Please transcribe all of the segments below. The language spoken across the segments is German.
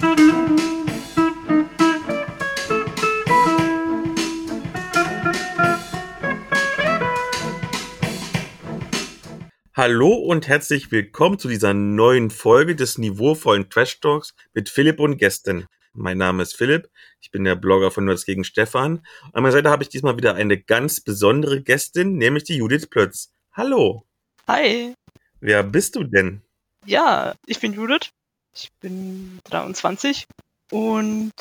Hallo und herzlich willkommen zu dieser neuen Folge des niveauvollen Trash Talks mit Philipp und Gästen. Mein Name ist Philipp, ich bin der Blogger von Nerds gegen Stefan. An meiner Seite habe ich diesmal wieder eine ganz besondere Gästin, nämlich die Judith Plötz. Hallo. Hi. Wer bist du denn? Ja, ich bin Judith. Ich bin 23 und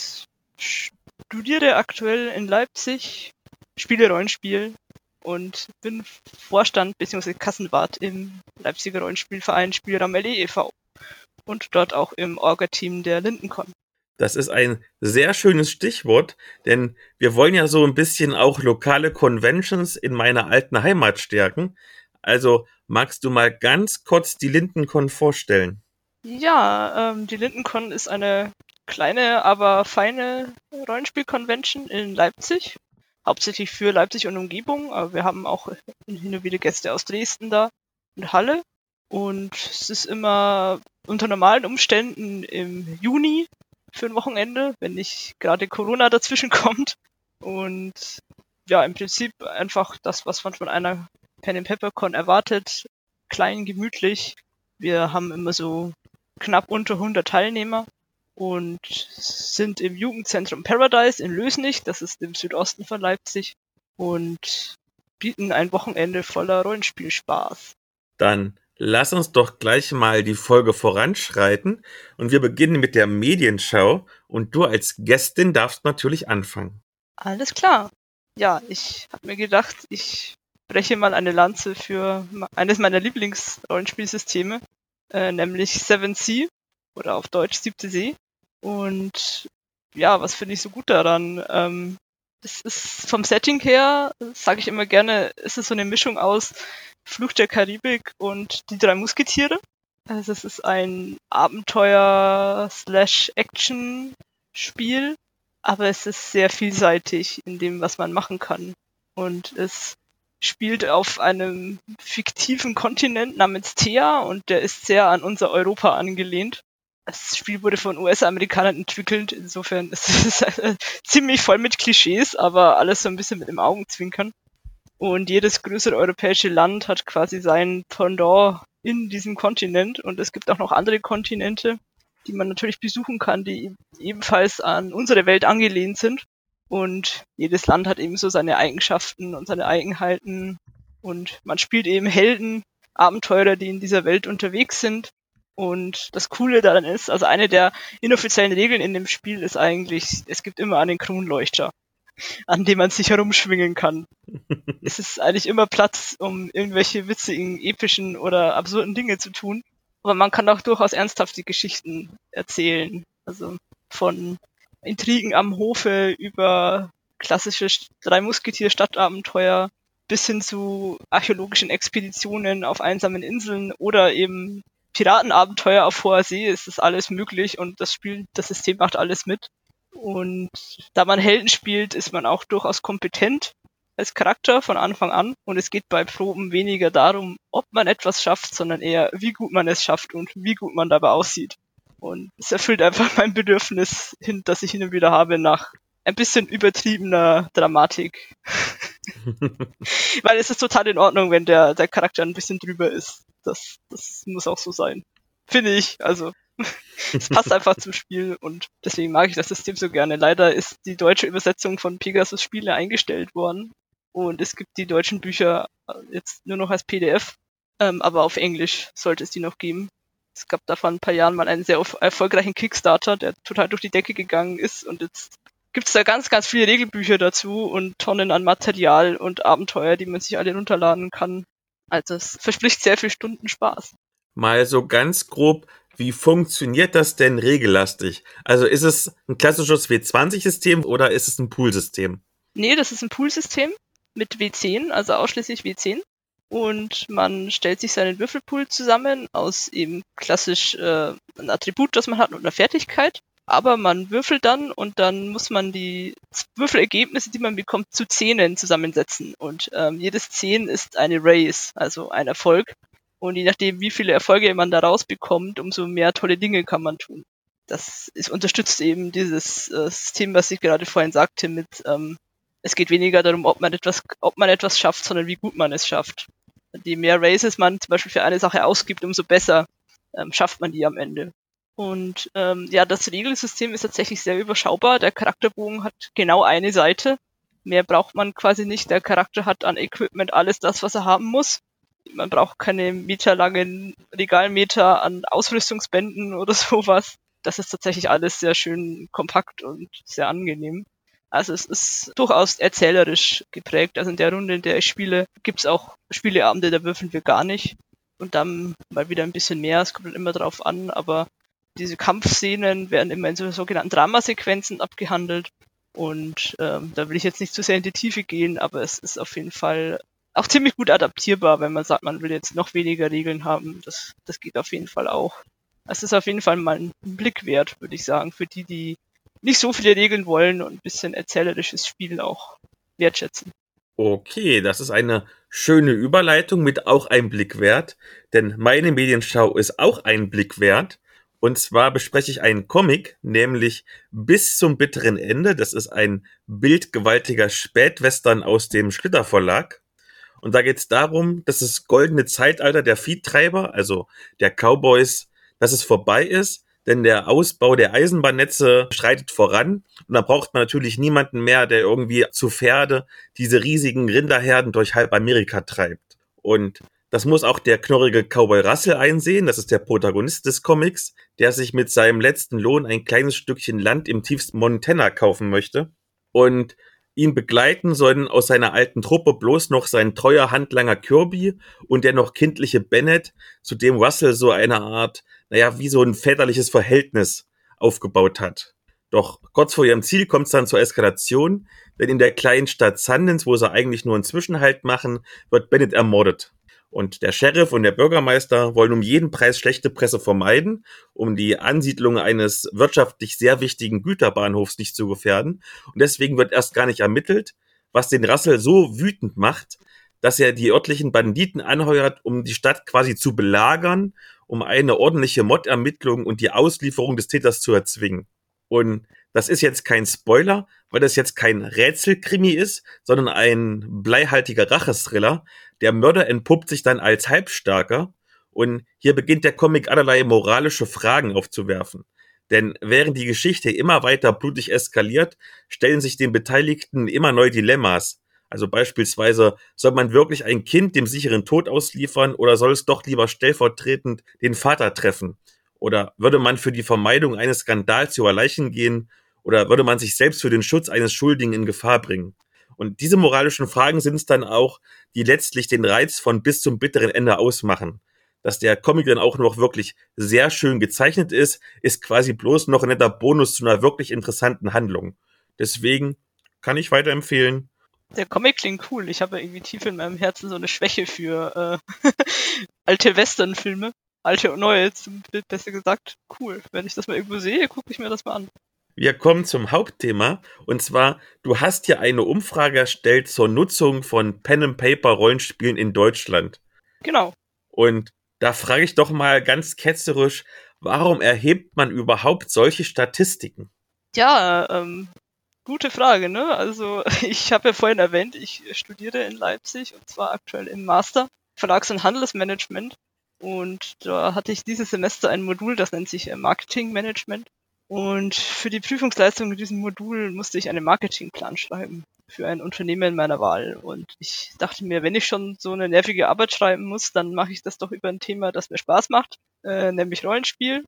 studiere aktuell in Leipzig, spiele Rollenspiel und bin Vorstand bzw. Kassenwart im Leipziger Rollenspielverein Spielraum LE e.V. und dort auch im Orga-Team der Lindencon. Das ist ein sehr schönes Stichwort, denn wir wollen ja so ein bisschen auch lokale Conventions in meiner alten Heimat stärken. Also magst du mal ganz kurz die Lindencon vorstellen? Ja, die Lindencon ist eine kleine, aber feine Rollenspiel-Convention in Leipzig. Hauptsächlich für Leipzig und Umgebung, aber wir haben auch hin und wieder Gäste aus Dresden da und Halle. Und es ist immer unter normalen Umständen im Juni für ein Wochenende, wenn nicht gerade Corona dazwischen kommt. Und ja, im Prinzip einfach das, was man von einer Pen & Paper Con erwartet. Klein, gemütlich. Wir haben immer so knapp unter 100 Teilnehmer und sind im Jugendzentrum Paradise in Lösnich, das ist im Südosten von Leipzig, und bieten ein Wochenende voller Rollenspielspaß. Dann lass uns doch gleich mal die Folge voranschreiten und wir beginnen mit der Medienschau und du als Gästin darfst natürlich anfangen. Alles klar. Ja, ich habe mir gedacht, ich breche mal eine Lanze für eines meiner Lieblings-Rollenspielsysteme, nämlich 7th oder auf Deutsch 7. See. Und ja, was finde ich so gut daran? Es ist vom Setting her, sage ich immer gerne, ist es so eine Mischung aus Fluch der Karibik und die 3 Musketiere. Also es ist ein Abenteuer-Action-Spiel, aber es ist sehr vielseitig in dem, was man machen kann. Und es spielt auf einem fiktiven Kontinent namens Thea und der ist sehr an unser Europa angelehnt. Das Spiel wurde von US-Amerikanern entwickelt, insofern ist es ziemlich voll mit Klischees, aber alles so ein bisschen mit dem Augenzwinkern. Und jedes größere europäische Land hat quasi sein Pendant in diesem Kontinent und es gibt auch noch andere Kontinente, die man natürlich besuchen kann, die ebenfalls an unsere Welt angelehnt sind. Und jedes Land hat eben so seine Eigenschaften und seine Eigenheiten und man spielt eben Helden, Abenteurer, die in dieser Welt unterwegs sind. Und das Coole daran ist, also eine der inoffiziellen Regeln in dem Spiel ist eigentlich, es gibt immer einen Kronleuchter, an dem man sich herumschwingen kann. Es ist eigentlich immer Platz, um irgendwelche witzigen, epischen oder absurden Dinge zu tun. Aber man kann auch durchaus ernsthafte Geschichten erzählen. Also von Intrigen am Hofe über klassische 3 Musketier-Stadtabenteuer bis hin zu archäologischen Expeditionen auf einsamen Inseln oder eben Piratenabenteuer auf hoher See. Es ist alles möglich und das System macht alles mit. Und da man Helden spielt, ist man auch durchaus kompetent als Charakter von Anfang an. Und es geht bei Proben weniger darum, ob man etwas schafft, sondern eher, wie gut man es schafft und wie gut man dabei aussieht. Und es erfüllt einfach mein Bedürfnis, das ich hin und wieder habe, nach ein bisschen übertriebener Dramatik. Weil es ist total in Ordnung, wenn der Charakter ein bisschen drüber ist. Das muss auch so sein. Finde ich. Also, es passt einfach zum Spiel und deswegen mag ich das System so gerne. Leider ist die deutsche Übersetzung von Pegasus Spiele eingestellt worden und es gibt die deutschen Bücher jetzt nur noch als PDF, aber auf Englisch sollte es die noch geben. Es gab da vor ein paar Jahren mal einen sehr erfolgreichen Kickstarter, der total durch die Decke gegangen ist und jetzt gibt es da ganz, ganz viele Regelbücher dazu und Tonnen an Material und Abenteuer, die man sich alle runterladen kann. Also es verspricht sehr viel Stunden Spaß. Mal so ganz grob, wie funktioniert das denn regellastig? Also ist es ein klassisches W20-System oder ist es ein Poolsystem? Nee, das ist ein Poolsystem mit W10, also ausschließlich W10. Und man stellt sich seinen Würfelpool zusammen aus eben klassisch ein Attribut, das man hat und einer Fertigkeit. Aber man würfelt dann und dann muss man die Würfelergebnisse, die man bekommt, zu Zehnen zusammensetzen. Und jedes 10 ist eine Raise, also ein Erfolg. Und je nachdem, wie viele Erfolge man da rausbekommt, umso mehr tolle Dinge kann man tun. unterstützt eben dieses System, was ich gerade vorhin sagte, mit es geht weniger darum, ob man etwas schafft, sondern wie gut man es schafft. Je mehr Raises man zum Beispiel für eine Sache ausgibt, umso besser schafft man die am Ende. Und das Regelsystem ist tatsächlich sehr überschaubar. Der Charakterbogen hat genau eine Seite. Mehr braucht man quasi nicht. Der Charakter hat an Equipment alles das, was er haben muss. Man braucht keine meterlangen Regalmeter an Ausrüstungsbänden oder sowas. Das ist tatsächlich alles sehr schön kompakt und sehr angenehm. Also es ist durchaus erzählerisch geprägt. Also in der Runde, in der ich spiele, gibt's auch Spieleabende, da würfeln wir gar nicht. Und dann mal wieder ein bisschen mehr, es kommt dann immer drauf an, aber diese Kampfszenen werden immer in so sogenannten Dramasequenzen abgehandelt. Und da will ich jetzt nicht zu sehr in die Tiefe gehen, aber es ist auf jeden Fall auch ziemlich gut adaptierbar, wenn man sagt, man will jetzt noch weniger Regeln haben. Das geht auf jeden Fall auch. Es ist auf jeden Fall mal ein Blick wert, würde ich sagen, für die nicht so viele Regeln wollen und ein bisschen erzählerisches Spiel auch wertschätzen. Okay, das ist eine schöne Überleitung mit auch einem Blick wert, denn meine Medienschau ist auch ein Blick wert. Und zwar bespreche ich einen Comic, nämlich Bis zum bitteren Ende. Das ist ein bildgewaltiger Spätwestern aus dem Schlitter Verlag. Und da geht es darum, dass das goldene Zeitalter der Viehtreiber, also der Cowboys, dass es vorbei ist, denn der Ausbau der Eisenbahnnetze schreitet voran. Und da braucht man natürlich niemanden mehr, der irgendwie zu Pferde diese riesigen Rinderherden durch halb Amerika treibt. Und das muss auch der knorrige Cowboy Russell einsehen, das ist der Protagonist des Comics, der sich mit seinem letzten Lohn ein kleines Stückchen Land im tiefsten Montana kaufen möchte. Und ihn begleiten sollen aus seiner alten Truppe bloß noch sein treuer Handlanger Kirby und der noch kindliche Bennett, zu dem Russell so eine Art, wie so ein väterliches Verhältnis aufgebaut hat. Doch kurz vor ihrem Ziel kommt es dann zur Eskalation, denn in der kleinen Stadt Sundance, wo sie eigentlich nur einen Zwischenhalt machen, wird Bennett ermordet. Und der Sheriff und der Bürgermeister wollen um jeden Preis schlechte Presse vermeiden, um die Ansiedlung eines wirtschaftlich sehr wichtigen Güterbahnhofs nicht zu gefährden. Und deswegen wird erst gar nicht ermittelt, was den Russell so wütend macht, dass er die örtlichen Banditen anheuert, um die Stadt quasi zu belagern, um eine ordentliche Mordermittlung und die Auslieferung des Täters zu erzwingen. Und das ist jetzt kein Spoiler, weil das jetzt kein Rätselkrimi ist, sondern ein bleihaltiger Rachethriller. Der Mörder entpuppt sich dann als Halbstarker und hier beginnt der Comic allerlei moralische Fragen aufzuwerfen. Denn während die Geschichte immer weiter blutig eskaliert, stellen sich den Beteiligten immer neue Dilemmas. Also beispielsweise, soll man wirklich ein Kind dem sicheren Tod ausliefern oder soll es doch lieber stellvertretend den Vater treffen? Oder würde man für die Vermeidung eines Skandals über Leichen gehen? Oder würde man sich selbst für den Schutz eines Schuldigen in Gefahr bringen? Und diese moralischen Fragen sind es dann auch, die letztlich den Reiz von Bis zum bitteren Ende ausmachen. Dass der Comic dann auch noch wirklich sehr schön gezeichnet ist quasi bloß noch ein netter Bonus zu einer wirklich interessanten Handlung. Deswegen kann ich weiterempfehlen. Der Comic klingt cool. Ich habe irgendwie tief in meinem Herzen so eine Schwäche für alte Western-Filme. Alte und neue, besser gesagt. Cool. Wenn ich das mal irgendwo sehe, gucke ich mir das mal an. Wir kommen zum Hauptthema, und zwar, du hast hier eine Umfrage erstellt zur Nutzung von Pen-and-Paper-Rollenspielen in Deutschland. Genau. Und da frage ich doch mal ganz ketzerisch, warum erhebt man überhaupt solche Statistiken? Ja, gute Frage, ne? Also ich habe ja vorhin erwähnt, ich studiere in Leipzig und zwar aktuell im Master Verlags- und Handelsmanagement. Und da hatte ich dieses Semester ein Modul, das nennt sich Marketingmanagement. Und für die Prüfungsleistung in diesem Modul musste ich einen Marketingplan schreiben für ein Unternehmen meiner Wahl. Und ich dachte mir, wenn ich schon so eine nervige Arbeit schreiben muss, dann mache ich das doch über ein Thema, das mir Spaß macht, nämlich Rollenspiel.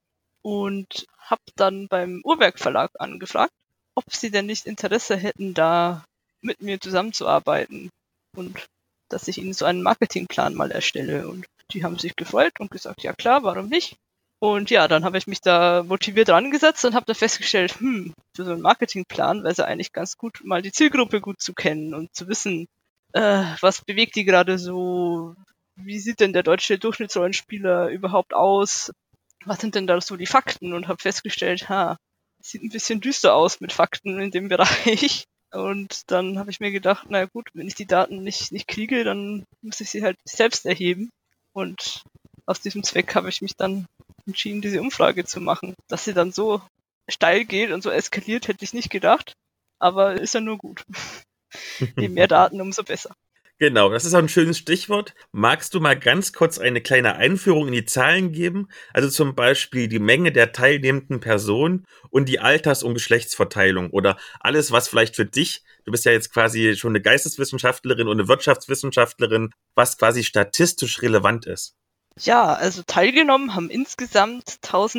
Und habe dann beim Uhrwerk Verlag angefragt, ob sie denn nicht Interesse hätten, da mit mir zusammenzuarbeiten und dass ich ihnen so einen Marketingplan mal erstelle. Und die haben sich gefreut und gesagt, ja klar, warum nicht? Und ja, dann habe ich mich da motiviert rangesetzt und habe da festgestellt, für so einen Marketingplan wäre es ja eigentlich ganz gut, mal die Zielgruppe gut zu kennen und zu wissen, was bewegt die gerade so, wie sieht denn der deutsche Durchschnittsrollenspieler überhaupt aus, was sind denn da so die Fakten, und habe festgestellt, sieht ein bisschen düster aus mit Fakten in dem Bereich. Und dann habe ich mir gedacht, na gut, wenn ich die Daten nicht kriege, dann muss ich sie halt selbst erheben. Und aus diesem Zweck habe ich mich dann entschieden, diese Umfrage zu machen. Dass sie dann so steil geht und so eskaliert, hätte ich nicht gedacht. Aber ist ja nur gut. Je mehr Daten, umso besser. Genau, das ist auch ein schönes Stichwort. Magst du mal ganz kurz eine kleine Einführung in die Zahlen geben? Also zum Beispiel die Menge der teilnehmenden Personen und die Alters- und Geschlechtsverteilung oder alles, was vielleicht für dich, du bist ja jetzt quasi schon eine Geisteswissenschaftlerin und eine Wirtschaftswissenschaftlerin, was quasi statistisch relevant ist. Ja, also teilgenommen haben insgesamt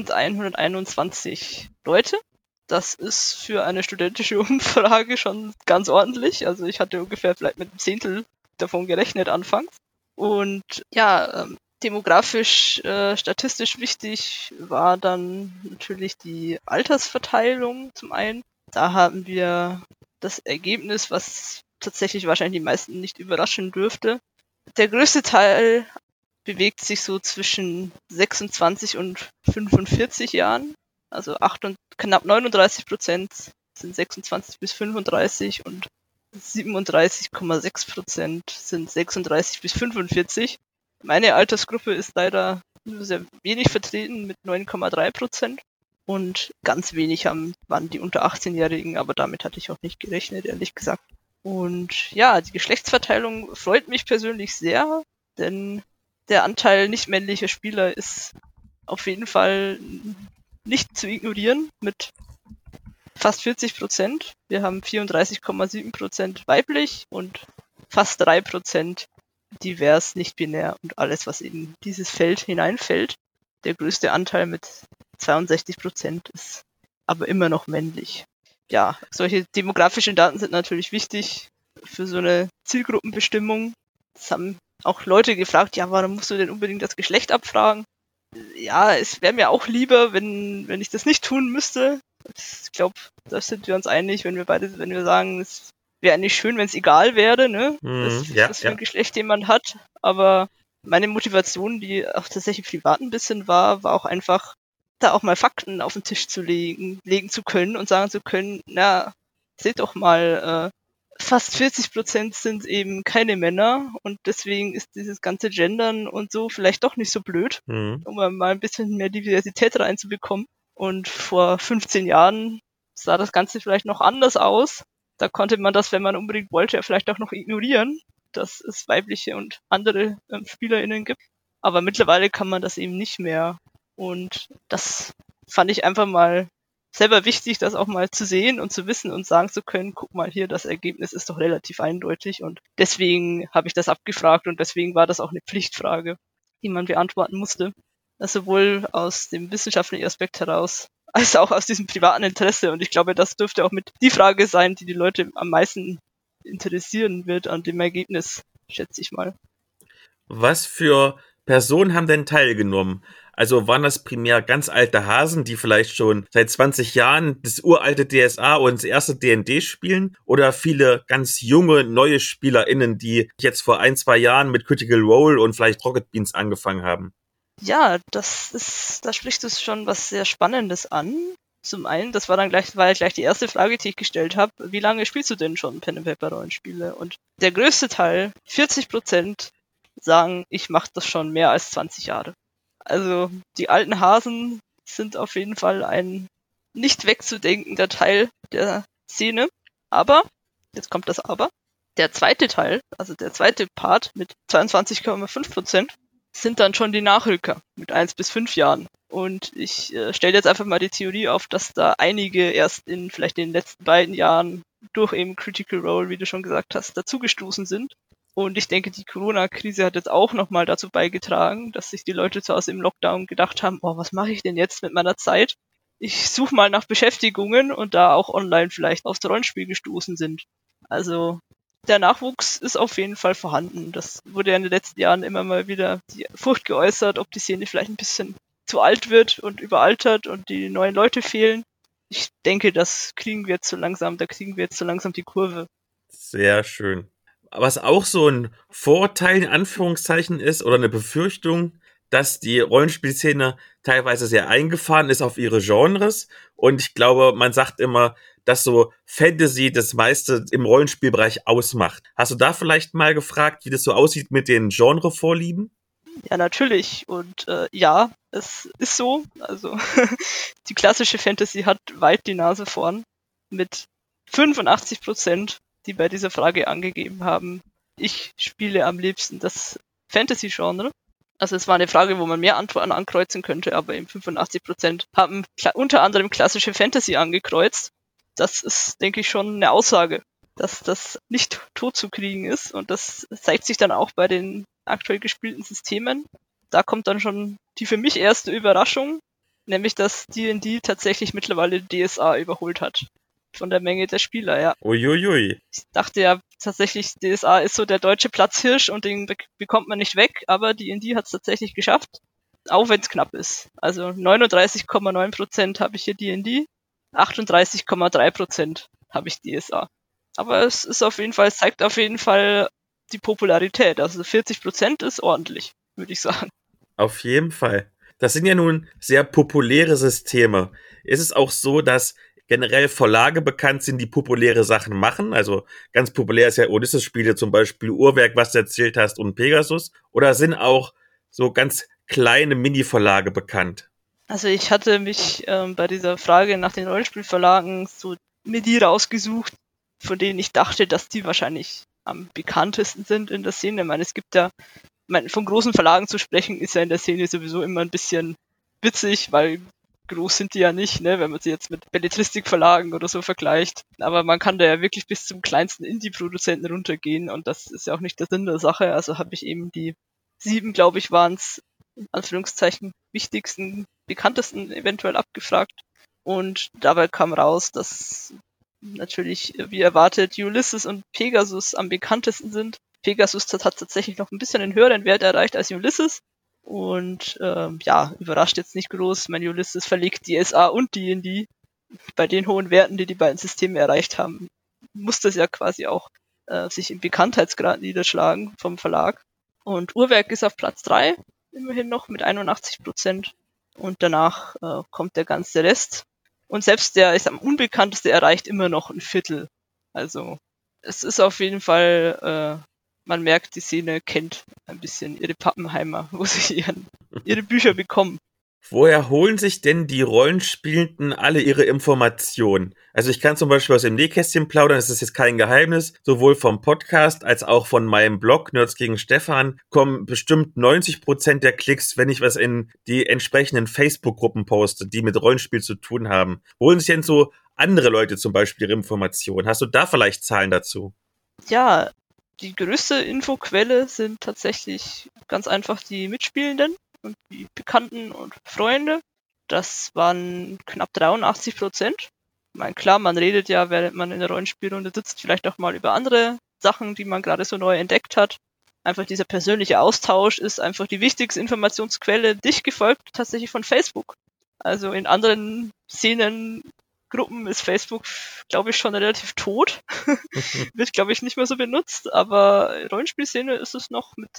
1121 Leute. Das ist für eine studentische Umfrage schon ganz ordentlich. Also ich hatte ungefähr vielleicht mit einem Zehntel davon gerechnet anfangs. Und ja, demografisch, statistisch wichtig war dann natürlich die Altersverteilung zum einen. Da haben wir das Ergebnis, was tatsächlich wahrscheinlich die meisten nicht überraschen dürfte. Der größte Teil bewegt sich so zwischen 26 und 45 Jahren. Also knapp 39% sind 26 bis 35 und 37,6% sind 36 bis 45. Meine Altersgruppe ist leider nur sehr wenig vertreten mit 9,3%. Und ganz wenig waren die unter 18-Jährigen, aber damit hatte ich auch nicht gerechnet, ehrlich gesagt. Und ja, die Geschlechtsverteilung freut mich persönlich sehr, denn der Anteil nicht männlicher Spieler ist auf jeden Fall nicht zu ignorieren mit fast 40%. Wir haben 34,7% weiblich und fast 3% divers, nicht binär und alles, was in dieses Feld hineinfällt. Der größte Anteil mit 62% ist aber immer noch männlich. Ja, solche demografischen Daten sind natürlich wichtig für so eine Zielgruppenbestimmung. Das haben auch Leute gefragt, ja, warum musst du denn unbedingt das Geschlecht abfragen? Ja, es wäre mir auch lieber, wenn ich das nicht tun müsste. Ich glaube, da sind wir uns einig, wenn wir sagen, es wäre eigentlich schön, wenn es egal wäre, ne? Was für ein Geschlecht jemand hat. Aber meine Motivation, die auch tatsächlich privat ein bisschen war auch einfach, da auch mal Fakten auf den Tisch zu legen zu können und sagen zu können, na, seht doch mal, fast 40% sind eben keine Männer und deswegen ist dieses ganze Gendern und so vielleicht doch nicht so blöd, um mal ein bisschen mehr Diversität reinzubekommen. Und vor 15 Jahren sah das Ganze vielleicht noch anders aus. Da konnte man das, wenn man unbedingt wollte, vielleicht auch noch ignorieren, dass es weibliche und andere SpielerInnen gibt. Aber mittlerweile kann man das eben nicht mehr. Und das fand ich einfach mal selber wichtig, das auch mal zu sehen und zu wissen und sagen zu können, guck mal hier, das Ergebnis ist doch relativ eindeutig und deswegen habe ich das abgefragt und deswegen war das auch eine Pflichtfrage, die man beantworten musste. Also sowohl aus dem wissenschaftlichen Aspekt heraus, als auch aus diesem privaten Interesse und ich glaube, das dürfte auch mit die Frage sein, die Leute am meisten interessieren wird an dem Ergebnis, schätze ich mal. Was für Personen haben denn teilgenommen? Also waren das primär ganz alte Hasen, die vielleicht schon seit 20 Jahren das uralte DSA und das erste D&D spielen? Oder viele ganz junge, neue SpielerInnen, die jetzt vor 1-2 Jahren mit Critical Role und vielleicht Rocket Beans angefangen haben? Ja, da spricht es schon was sehr Spannendes an. Zum einen, das war ja gleich die erste Frage, die ich gestellt habe. Wie lange spielst du denn schon Pen and Paper Rollenspiele? Und der größte Teil, 40%, sagen, ich mache das schon mehr als 20 Jahre. Also die alten Hasen sind auf jeden Fall ein nicht wegzudenkender Teil der Szene. Aber, jetzt kommt das Aber, der zweite Teil, also der zweite Part mit 22,5%, sind dann schon die Nachrücker mit 1 bis 5 Jahren. Und ich stelle jetzt einfach mal die Theorie auf, dass da einige erst vielleicht in den letzten beiden Jahren durch eben Critical Role, wie du schon gesagt hast, dazugestoßen sind. Und ich denke, die Corona-Krise hat jetzt auch nochmal dazu beigetragen, dass sich die Leute zu Hause im Lockdown gedacht haben, was mache ich denn jetzt mit meiner Zeit? Ich suche mal nach Beschäftigungen und da auch online vielleicht aufs Rollenspiel gestoßen sind. Also der Nachwuchs ist auf jeden Fall vorhanden. Das wurde ja in den letzten Jahren immer mal wieder die Furcht geäußert, ob die Szene vielleicht ein bisschen zu alt wird und überaltert und die neuen Leute fehlen. Ich denke, da kriegen wir jetzt so langsam die Kurve. Sehr schön. Was auch so ein Vorteil in Anführungszeichen ist oder eine Befürchtung, dass die Rollenspielszene teilweise sehr eingefahren ist auf ihre Genres. Und ich glaube, man sagt immer, dass so Fantasy das meiste im Rollenspielbereich ausmacht. Hast du da vielleicht mal gefragt, wie das so aussieht mit den Genrevorlieben? Ja, natürlich. Und ja, es ist so. Also die klassische Fantasy hat weit die Nase vorn mit 85%, die bei dieser Frage angegeben haben. Ich spiele am liebsten das Fantasy-Genre. Also es war eine Frage, wo man mehr Antworten ankreuzen könnte, aber eben 85% haben unter anderem klassische Fantasy angekreuzt. Das ist, denke ich, schon eine Aussage, dass das nicht tot zu kriegen ist. Und das zeigt sich dann auch bei den aktuell gespielten Systemen. Da kommt dann schon die für mich erste Überraschung, nämlich dass D&D tatsächlich mittlerweile DSA überholt hat. Von der Menge der Spieler, ja. Uiuiui. Ich dachte ja tatsächlich, DSA ist so der deutsche Platzhirsch und den bekommt man nicht weg, aber D&D hat es tatsächlich geschafft, auch wenn es knapp ist. Also 39,9% habe ich hier D&D, 38,3% habe ich DSA. Aber es ist auf jeden Fall, es zeigt auf jeden Fall die Popularität. Also 40% ist ordentlich, würde ich sagen. Auf jeden Fall. Das sind ja nun sehr populäre Systeme. Ist es auch so, dass generell Verlage bekannt sind, die populäre Sachen machen? Also ganz populär ist ja Odysseus-Spiele, zum Beispiel Uhrwerk, was du erzählt hast, und Pegasus. Oder sind auch so ganz kleine Mini-Verlage bekannt? Also ich hatte mich bei dieser Frage nach den Rollenspielverlagen so mir die rausgesucht, von denen ich dachte, dass die wahrscheinlich am bekanntesten sind in der Szene. Ich meine, es gibt ja, von großen Verlagen zu sprechen, ist ja in der Szene sowieso immer ein bisschen witzig, weil groß sind die ja nicht, ne, wenn man sie jetzt mit Belletristikverlagen oder so vergleicht. Aber man kann da ja wirklich bis zum kleinsten Indie-Produzenten runtergehen und das ist ja auch nicht der Sinn der Sache. Also habe ich eben die 7, glaube ich, waren es, in Anführungszeichen, wichtigsten, bekanntesten eventuell abgefragt. Und dabei kam raus, dass natürlich, wie erwartet, Ulysses und Pegasus am bekanntesten sind. Pegasus hat tatsächlich noch ein bisschen einen höheren Wert erreicht als Ulysses. Und ja, überrascht jetzt nicht groß. Mein Ulysses verlegt DSA und D&D. Bei den hohen Werten, die die beiden Systeme erreicht haben, muss das ja quasi auch sich im Bekanntheitsgrad niederschlagen vom Verlag. Und Uhrwerk ist auf Platz 3, immerhin noch mit 81%. Und danach kommt der ganze Rest. Und selbst der ist am unbekannteste erreicht immer noch ein Viertel. Also es ist auf jeden Fall, man merkt, die Szene kennt ein bisschen ihre Pappenheimer, wo sie ihre Bücher bekommen. Woher holen sich denn die Rollenspielenden alle ihre Informationen? Also ich kann zum Beispiel aus dem Nähkästchen plaudern, das ist jetzt kein Geheimnis. Sowohl vom Podcast als auch von meinem Blog Nerds gegen Stefan kommen bestimmt 90% der Klicks, wenn ich was in die entsprechenden Facebook-Gruppen poste, die mit Rollenspiel zu tun haben. Holen sich denn so andere Leute zum Beispiel ihre Informationen? Hast du da vielleicht Zahlen dazu? Ja, die größte Infoquelle sind tatsächlich ganz einfach die Mitspielenden und die Bekannten und Freunde. Das waren knapp 83%. Ich meine, klar, man redet ja, während man in der Rollenspielrunde sitzt, vielleicht auch mal über andere Sachen, die man gerade so neu entdeckt hat. Einfach dieser persönliche Austausch ist einfach die wichtigste Informationsquelle, dicht gefolgt tatsächlich von Facebook. Also in anderen Szenengruppen ist Facebook, glaube ich, schon relativ tot. Wird, glaube ich, nicht mehr so benutzt, aber Rollenspielszene ist es noch mit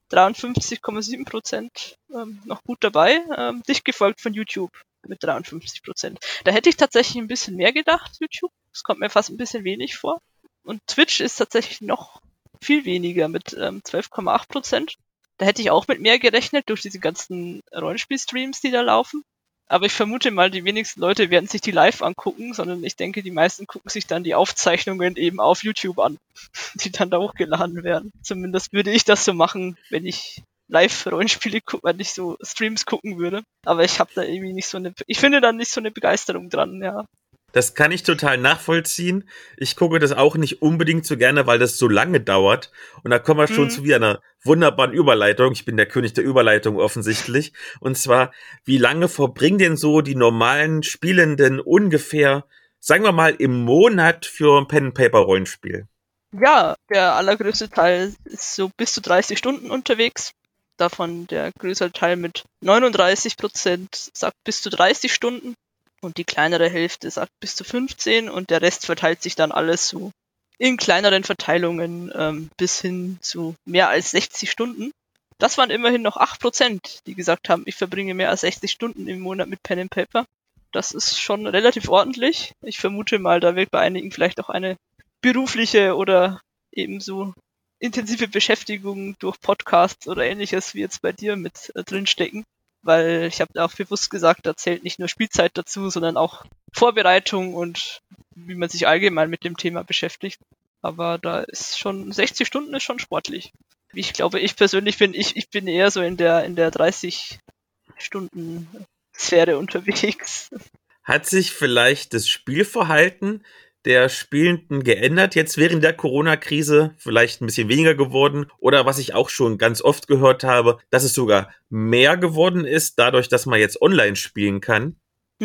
53,7% noch gut dabei, dicht gefolgt von YouTube mit 53%. Da hätte ich tatsächlich ein bisschen mehr gedacht, YouTube. Das kommt mir fast ein bisschen wenig vor. Und Twitch ist tatsächlich noch viel weniger mit 12,8%. Da hätte ich auch mit mehr gerechnet durch diese ganzen Rollenspielstreams, die da laufen. Aber ich vermute mal, die wenigsten Leute werden sich die live angucken, sondern ich denke, die meisten gucken sich dann die Aufzeichnungen eben auf YouTube an, die dann da hochgeladen werden. Zumindest würde ich das so machen, wenn ich Live-Rollenspiele gucken, wenn ich so Streams gucken würde. Aber ich habe da irgendwie nicht so ich finde da nicht so eine Begeisterung dran, ja. Das kann ich total nachvollziehen. Ich gucke das auch nicht unbedingt so gerne, weil das so lange dauert. Und da kommen wir schon zu wieder einer wunderbaren Überleitung. Ich bin der König der Überleitung offensichtlich. Und zwar, wie lange verbringen denn so die normalen Spielenden ungefähr, sagen wir mal, im Monat für ein Pen-and-Paper-Rollenspiel? Ja, der allergrößte Teil ist so bis zu 30 Stunden unterwegs. Davon der größere Teil mit 39% sagt bis zu 30 Stunden. Und die kleinere Hälfte sagt bis zu 15 und der Rest verteilt sich dann alles so in kleineren Verteilungen bis hin zu mehr als 60 Stunden. Das waren immerhin noch 8%, die gesagt haben, ich verbringe mehr als 60 Stunden im Monat mit Pen and Paper. Das ist schon relativ ordentlich. Ich vermute mal, da wird bei einigen vielleicht auch eine berufliche oder ebenso intensive Beschäftigung durch Podcasts oder ähnliches wie jetzt bei dir mit drinstecken, weil ich habe auch bewusst gesagt, da zählt nicht nur Spielzeit dazu, sondern auch Vorbereitung und wie man sich allgemein mit dem Thema beschäftigt. Aber da ist schon 60 Stunden ist schon sportlich. Wie ich glaube, ich persönlich bin, ich bin eher so in der 30 Stunden Sphäre unterwegs. Hat sich vielleicht das Spielverhalten der Spielenden geändert jetzt während der Corona-Krise? Vielleicht ein bisschen weniger geworden? Oder was ich auch schon ganz oft gehört habe, dass es sogar mehr geworden ist, dadurch, dass man jetzt online spielen kann?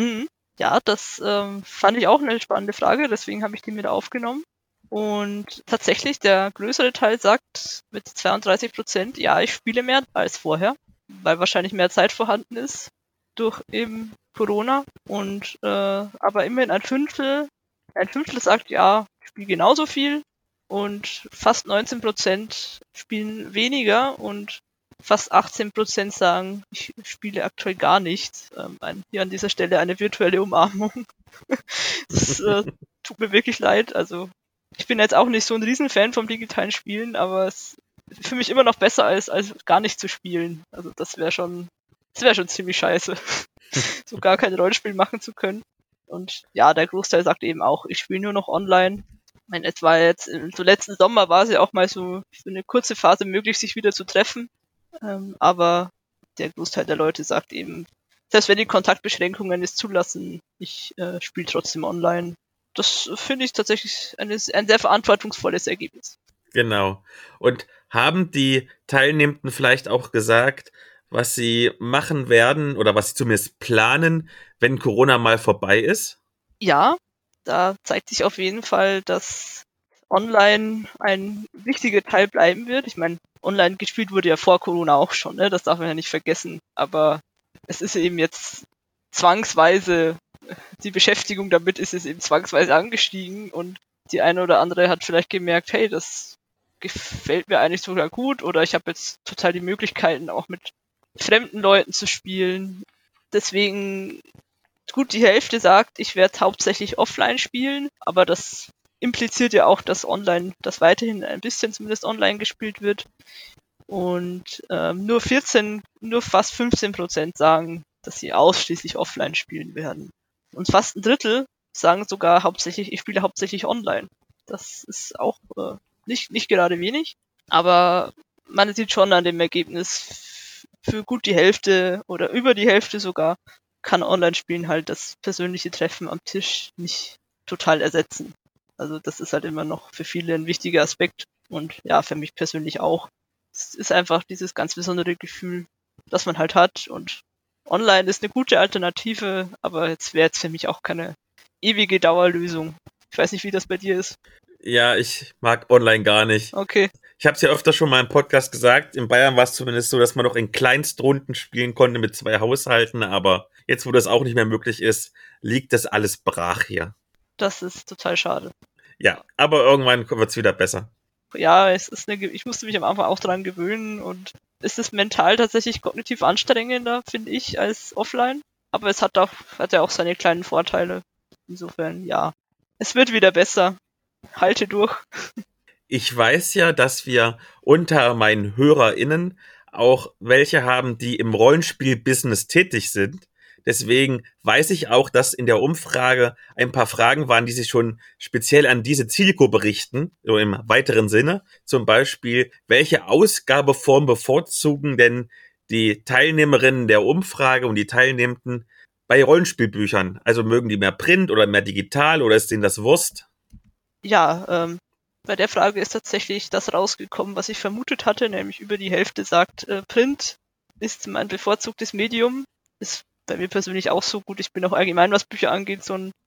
Ja, das fand ich auch eine spannende Frage, deswegen habe ich die mit aufgenommen. Und tatsächlich, der größere Teil sagt mit 32%, ja, ich spiele mehr als vorher, weil wahrscheinlich mehr Zeit vorhanden ist durch eben Corona. Und aber immerhin ein Fünftel sagt, ja, ich spiele genauso viel. Und fast 19% spielen weniger und fast 18% sagen, ich spiele aktuell gar nichts. Hier an dieser Stelle eine virtuelle Umarmung. Das tut mir wirklich leid. Also ich bin jetzt auch nicht so ein Riesenfan vom digitalen Spielen, aber es ist für mich immer noch besser als gar nicht zu spielen. Also das wäre schon ziemlich scheiße, so gar kein Rollenspiel machen zu können. Und ja, der Großteil sagt eben auch, ich spiele nur noch online. Ich meine, es war jetzt, so letzten Sommer war es ja auch mal so für eine kurze Phase möglich, sich wieder zu treffen. Aber der Großteil der Leute sagt eben, selbst wenn die Kontaktbeschränkungen es zulassen, ich spiele trotzdem online. Das finde ich tatsächlich ein sehr verantwortungsvolles Ergebnis. Genau. Und haben die Teilnehmenden vielleicht auch gesagt, was sie machen werden oder was sie zumindest planen, wenn Corona mal vorbei ist? Ja, da zeigt sich auf jeden Fall, dass online ein wichtiger Teil bleiben wird. Ich meine, online gespielt wurde ja vor Corona auch schon, ne? Das darf man ja nicht vergessen. Aber es ist eben jetzt zwangsweise, die Beschäftigung damit ist es eben zwangsweise angestiegen und die eine oder andere hat vielleicht gemerkt, hey, das gefällt mir eigentlich sogar gut oder ich habe jetzt total die Möglichkeiten, auch mit fremden Leuten zu spielen. Deswegen, gut, die Hälfte sagt, ich werde hauptsächlich offline spielen, aber das impliziert ja auch, dass weiterhin ein bisschen zumindest online gespielt wird. Und nur fast 15% sagen, dass sie ausschließlich offline spielen werden. Und fast ein Drittel sagen sogar ich spiele hauptsächlich online. Das ist auch nicht gerade wenig, aber man sieht schon an dem Ergebnis, für gut die Hälfte oder über die Hälfte sogar kann Online-Spielen halt das persönliche Treffen am Tisch nicht total ersetzen. Also das ist halt immer noch für viele ein wichtiger Aspekt und ja, für mich persönlich auch. Es ist einfach dieses ganz besondere Gefühl, das man halt hat und online ist eine gute Alternative, aber jetzt wäre jetzt für mich auch keine ewige Dauerlösung. Ich weiß nicht, wie das bei dir ist. Ja, ich mag online gar nicht. Okay. Ich habe es ja öfter schon mal im Podcast gesagt, in Bayern war es zumindest so, dass man noch in Kleinstrunden spielen konnte mit 2 Haushalten, aber jetzt, wo das auch nicht mehr möglich ist, liegt das alles brach hier. Das ist total schade. Ja, aber irgendwann wird's wieder besser. Ja, ich musste mich am Anfang auch dran gewöhnen und es ist mental tatsächlich kognitiv anstrengender, finde ich, als offline. Aber es hat ja auch seine kleinen Vorteile. Insofern, ja. Es wird wieder besser. Halte durch. Ich weiß ja, dass wir unter meinen HörerInnen auch welche haben, die im Rollenspiel-Business tätig sind. Deswegen weiß ich auch, dass in der Umfrage ein paar Fragen waren, die sich schon speziell an diese Zielgruppe richten, so im weiteren Sinne. Zum Beispiel, welche Ausgabeform bevorzugen denn die Teilnehmerinnen der Umfrage und die Teilnehmenden bei Rollenspielbüchern? Also mögen die mehr Print oder mehr digital oder ist denen das Wurst? Ja, bei der Frage ist tatsächlich das rausgekommen, was ich vermutet hatte, nämlich über die Hälfte sagt, Print ist mein bevorzugtes Medium. Ist bei mir persönlich auch so gut. Ich bin auch allgemein, was Bücher angeht, so ein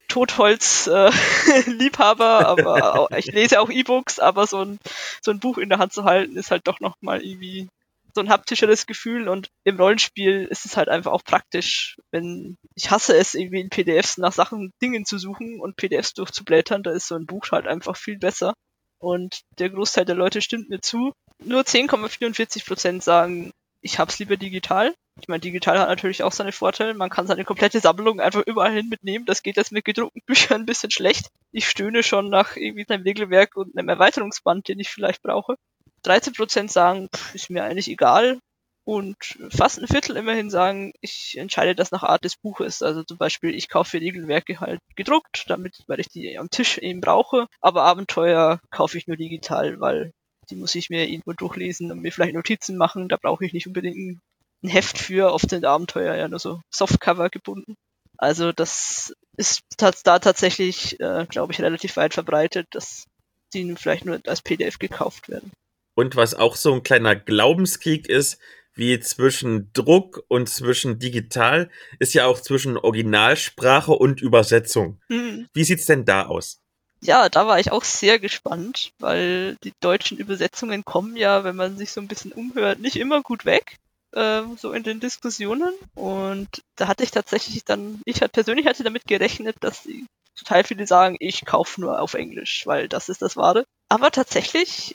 Totholz-Liebhaber, aber ich lese auch E-Books, aber so ein Buch in der Hand zu halten, ist halt doch nochmal irgendwie so ein haptischeres Gefühl und im Rollenspiel ist es halt einfach auch praktisch, ich hasse es irgendwie in PDFs nach Dingen zu suchen und PDFs durchzublättern, da ist so ein Buch halt einfach viel besser und der Großteil der Leute stimmt mir zu. Nur 10,44% sagen, ich hab's lieber digital. Ich meine, digital hat natürlich auch seine Vorteile. Man kann seine komplette Sammlung einfach überall hin mitnehmen. Das geht jetzt mit gedruckten Büchern ein bisschen schlecht. Ich stöhne schon nach irgendwie einem Regelwerk und einem Erweiterungsband, den ich vielleicht brauche. 13% sagen, ist mir eigentlich egal. Und fast ein Viertel immerhin sagen, ich entscheide das nach Art des Buches. Also zum Beispiel, ich kaufe Regelwerke halt gedruckt, weil ich die am Tisch eben brauche. Aber Abenteuer kaufe ich nur digital, weil die muss ich mir irgendwo durchlesen und mir vielleicht Notizen machen. Da brauche ich nicht unbedingt ein Heft für, oft sind Abenteuer ja nur so Softcover gebunden. Also das ist da tatsächlich, glaube ich, relativ weit verbreitet, dass die vielleicht nur als PDF gekauft werden. Und was auch so ein kleiner Glaubenskrieg ist, wie zwischen Druck und zwischen digital, ist ja auch zwischen Originalsprache und Übersetzung. Wie sieht's denn da aus? Ja, da war ich auch sehr gespannt, weil die deutschen Übersetzungen kommen ja, wenn man sich so ein bisschen umhört, nicht immer gut weg, so in den Diskussionen. Und da hatte ich tatsächlich persönlich hatte damit gerechnet, dass total viele sagen, ich kaufe nur auf Englisch, weil das ist das Wahre. Aber tatsächlich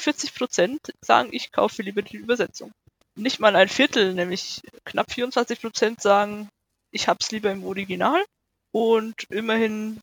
49% sagen, ich kaufe lieber die Übersetzung. Nicht mal ein Viertel, nämlich knapp 24% sagen, ich hab's lieber im Original. Und immerhin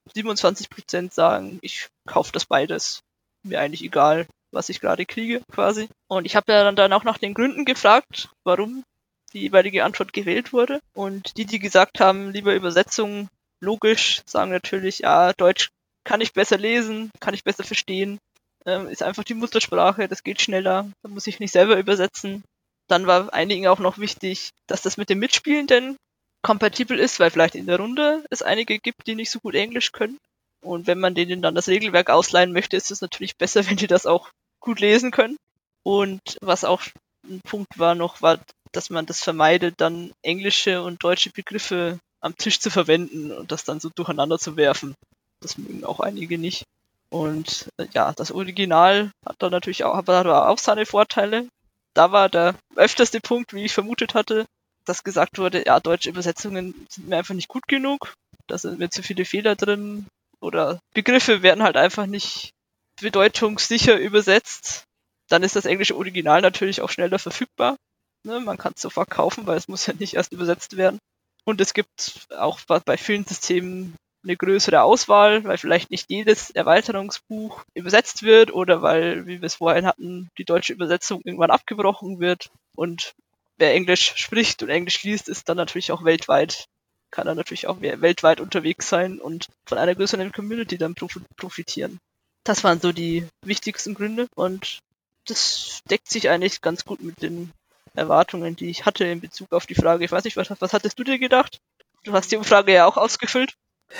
27% sagen, ich kaufe das beides. Mir eigentlich egal, was ich gerade kriege, quasi. Und ich habe ja dann auch nach den Gründen gefragt, warum die jeweilige Antwort gewählt wurde. Und die gesagt haben, lieber Übersetzung, logisch, sagen natürlich, ja, Deutsch kann ich besser lesen, kann ich besser verstehen, ist einfach die Muttersprache, das geht schneller, da muss ich nicht selber übersetzen. Dann war einigen auch noch wichtig, dass das mit den Mitspielenden kompatibel ist, weil vielleicht in der Runde es einige gibt, die nicht so gut Englisch können. Und wenn man denen dann das Regelwerk ausleihen möchte, ist es natürlich besser, wenn die das auch gut lesen können. Und was auch ein Punkt war, dass man das vermeidet, dann englische und deutsche Begriffe am Tisch zu verwenden und das dann so durcheinander zu werfen. Das mögen auch einige nicht. Und ja, das Original hat dann natürlich auch seine Vorteile. Da war der öfterste Punkt, wie ich vermutet hatte, dass gesagt wurde, ja, deutsche Übersetzungen sind mir einfach nicht gut genug, da sind mir zu viele Fehler drin oder Begriffe werden halt einfach nicht bedeutungssicher übersetzt. Dann ist das englische Original natürlich auch schneller verfügbar. Ne, man kann es sofort kaufen, weil es muss ja nicht erst übersetzt werden. Und es gibt auch bei vielen Systemen eine größere Auswahl, weil vielleicht nicht jedes Erweiterungsbuch übersetzt wird oder weil, wie wir es vorhin hatten, die deutsche Übersetzung irgendwann abgebrochen wird. Und wer Englisch spricht und Englisch liest, ist dann natürlich auch kann dann natürlich auch weltweit unterwegs sein und von einer größeren Community dann profitieren. Das waren so die wichtigsten Gründe und das deckt sich eigentlich ganz gut mit den Erwartungen, die ich hatte in Bezug auf die Frage. Ich weiß nicht, was hattest du dir gedacht? Du hast die Umfrage ja auch ausgefüllt.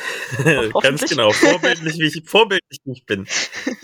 Ganz genau, vorbildlich wie ich bin.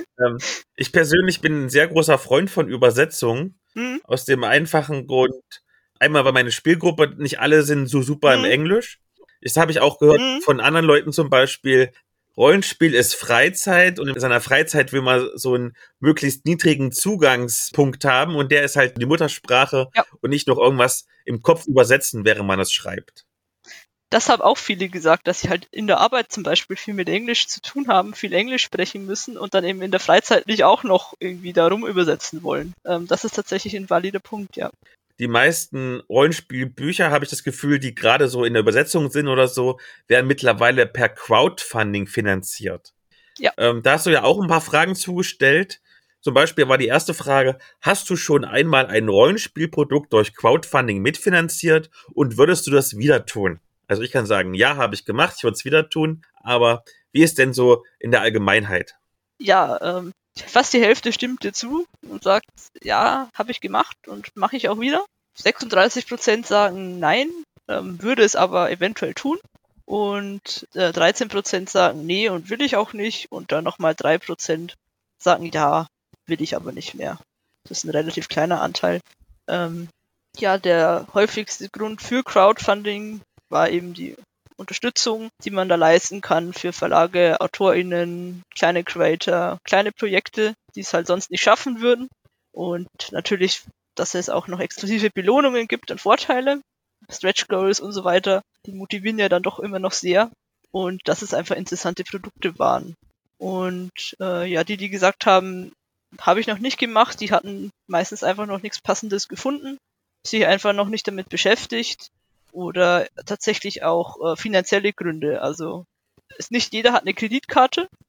Ich persönlich bin ein sehr großer Freund von Übersetzungen, aus dem einfachen Grund, einmal, weil meine Spielgruppe, nicht alle sind so super im Englisch. Das habe ich auch gehört von anderen Leuten zum Beispiel, Rollenspiel ist Freizeit und in seiner Freizeit will man so einen möglichst niedrigen Zugangspunkt haben und der ist halt die Muttersprache und nicht noch irgendwas im Kopf übersetzen, während man es schreibt. Das haben auch viele gesagt, dass sie halt in der Arbeit zum Beispiel viel mit Englisch zu tun haben, viel Englisch sprechen müssen und dann eben in der Freizeit nicht auch noch irgendwie darum übersetzen wollen. Das ist tatsächlich ein valider Punkt, ja. Die meisten Rollenspielbücher, habe ich das Gefühl, die gerade so in der Übersetzung sind oder so, werden mittlerweile per Crowdfunding finanziert. Ja. Da hast du ja auch ein paar Fragen zugestellt. Zum Beispiel war die erste Frage, hast du schon einmal ein Rollenspielprodukt durch Crowdfunding mitfinanziert und würdest du das wieder tun? Also ich kann sagen, ja, habe ich gemacht, ich würde es wieder tun, aber wie ist denn so in der Allgemeinheit? Ja, fast die Hälfte stimmt dir zu und sagt, ja, habe ich gemacht und mache ich auch wieder. 36% sagen nein, würde es aber eventuell tun. Und 13% sagen nee und will ich auch nicht. Und dann nochmal 3% sagen ja, will ich aber nicht mehr. Das ist ein relativ kleiner Anteil. Ja, der häufigste Grund für Crowdfunding war eben die Unterstützung, die man da leisten kann für Verlage, AutorInnen, kleine Creator, kleine Projekte, die es halt sonst nicht schaffen würden. Und natürlich, dass es auch noch exklusive Belohnungen gibt und Vorteile, Stretch Goals und so weiter, die motivieren ja dann doch immer noch sehr. Und dass es einfach interessante Produkte waren. Und ja, die gesagt haben, habe ich noch nicht gemacht, die hatten meistens einfach noch nichts Passendes gefunden, sich einfach noch nicht damit beschäftigt. Oder tatsächlich auch finanzielle Gründe. Also nicht jeder hat eine Kreditkarte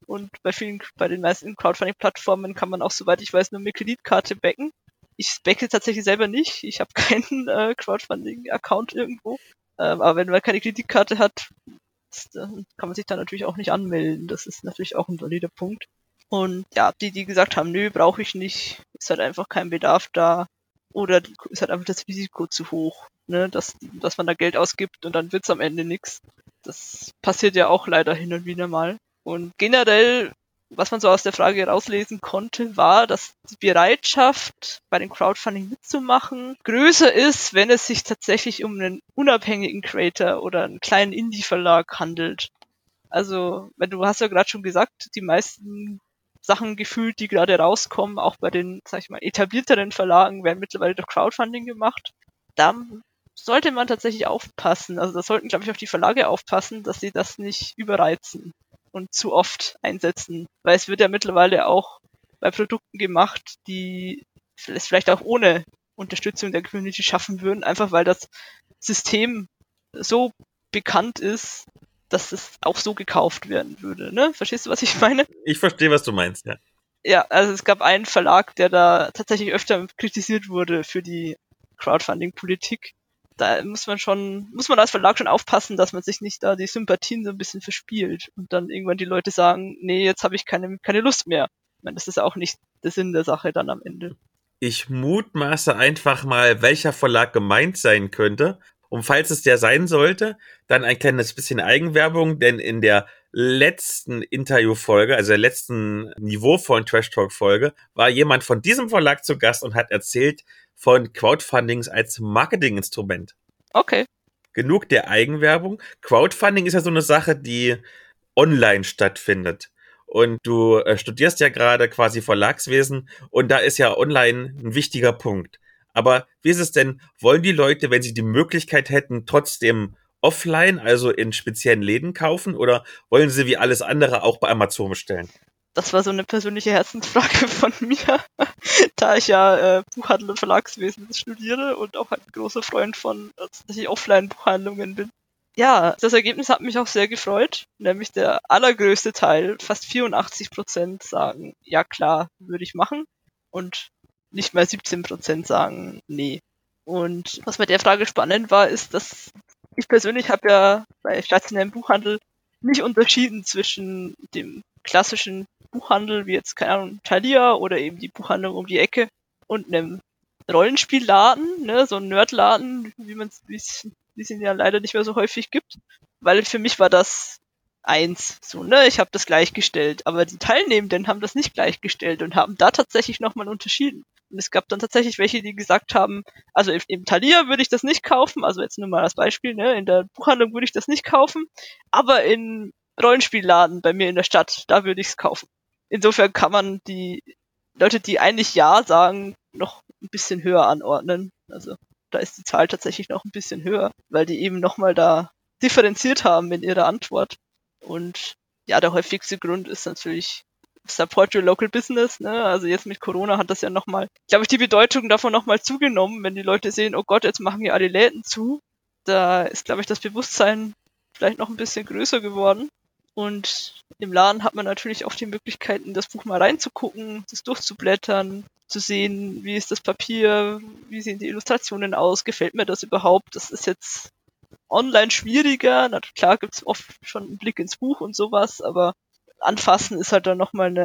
und bei den meisten Crowdfunding-Plattformen kann man auch, soweit ich weiß, nur mit Kreditkarte backen. Ich backe tatsächlich selber nicht. Ich habe keinen Crowdfunding-Account irgendwo. Aber wenn man keine Kreditkarte hat, dann kann man sich da natürlich auch nicht anmelden. Das ist natürlich auch ein valider Punkt. Und ja, die gesagt haben, nö, brauche ich nicht, ist halt einfach kein Bedarf da. Oder ist halt einfach das Risiko zu hoch, ne, dass man da Geld ausgibt und dann wird's am Ende nix. Das passiert ja auch leider hin und wieder mal. Und generell, was man so aus der Frage rauslesen konnte, war, dass die Bereitschaft, bei dem Crowdfunding mitzumachen, größer ist, wenn es sich tatsächlich um einen unabhängigen Creator oder einen kleinen Indie-Verlag handelt. Also, du hast ja gerade schon gesagt, die meisten Sachen gefühlt, die gerade rauskommen, auch bei den, sag ich mal, etablierteren Verlagen, werden mittlerweile durch Crowdfunding gemacht. Da sollte man tatsächlich aufpassen. Also da sollten, glaube ich, auch die Verlage aufpassen, dass sie das nicht überreizen und zu oft einsetzen. Weil es wird ja mittlerweile auch bei Produkten gemacht, die es vielleicht auch ohne Unterstützung der Community schaffen würden, einfach weil das System so bekannt ist, dass es auch so gekauft werden würde, ne? Verstehst du, was ich meine? Ich verstehe, was du meinst, ja. Ja, also es gab einen Verlag, der da tatsächlich öfter kritisiert wurde für die Crowdfunding-Politik. Da muss man als Verlag schon aufpassen, dass man sich nicht da die Sympathien so ein bisschen verspielt und dann irgendwann die Leute sagen, nee, jetzt habe ich keine Lust mehr. Ich meine, das ist auch nicht der Sinn der Sache dann am Ende. Ich mutmaße einfach mal, welcher Verlag gemeint sein könnte. Und falls es der sein sollte, dann ein kleines bisschen Eigenwerbung, denn in der letzten Interviewfolge, also der letzten niveauvollen Trash-Talk-Folge, war jemand von diesem Verlag zu Gast und hat erzählt von Crowdfundings als Marketinginstrument. Okay. Genug der Eigenwerbung. Crowdfunding ist ja so eine Sache, die online stattfindet. Und du studierst ja gerade quasi Verlagswesen und da ist ja online ein wichtiger Punkt. Aber wie ist es denn, wollen die Leute, wenn sie die Möglichkeit hätten, trotzdem offline, also in speziellen Läden kaufen oder wollen sie wie alles andere auch bei Amazon bestellen? Das war so eine persönliche Herzensfrage von mir, da ich ja Buchhandel und Verlagswesen studiere und auch ein großer Freund von tatsächlich Offline-Buchhandlungen bin. Ja, das Ergebnis hat mich auch sehr gefreut, nämlich der allergrößte Teil, fast 84% sagen, ja klar, würde ich machen und nicht mal 17% sagen, nee. Und was bei der Frage spannend war, ist, dass ich persönlich habe ja bei stationärem Buchhandel nicht unterschieden zwischen dem klassischen Buchhandel, wie jetzt, keine Ahnung, Thalia oder eben die Buchhandlung um die Ecke und einem Rollenspielladen, ne, so ein Nerdladen, wie es ihn ja leider nicht mehr so häufig gibt, weil für mich war das eins, so, ne, ich habe das gleichgestellt, aber die Teilnehmenden haben das nicht gleichgestellt und haben da tatsächlich nochmal unterschieden. Und es gab dann tatsächlich welche, die gesagt haben, also im Thalia würde ich das nicht kaufen, also jetzt nur mal als Beispiel, ne, in der Buchhandlung würde ich das nicht kaufen, aber in Rollenspielladen bei mir in der Stadt, da würde ich es kaufen. Insofern kann man die Leute, die eigentlich ja sagen, noch ein bisschen höher anordnen. Also da ist die Zahl tatsächlich noch ein bisschen höher, weil die eben nochmal da differenziert haben in ihrer Antwort. Und ja, der häufigste Grund ist natürlich Support your local business, ne? Also jetzt mit Corona hat das ja nochmal, glaube ich, die Bedeutung davon nochmal zugenommen, wenn die Leute sehen, oh Gott, jetzt machen hier alle Läden zu. Da ist, glaube ich, das Bewusstsein vielleicht noch ein bisschen größer geworden. Und im Laden hat man natürlich auch die Möglichkeit, in das Buch mal reinzugucken, das durchzublättern, zu sehen, wie ist das Papier, wie sehen die Illustrationen aus, gefällt mir das überhaupt? Das ist jetzt online schwieriger. Na klar gibt's oft schon einen Blick ins Buch und sowas, aber anfassen ist halt dann nochmal ein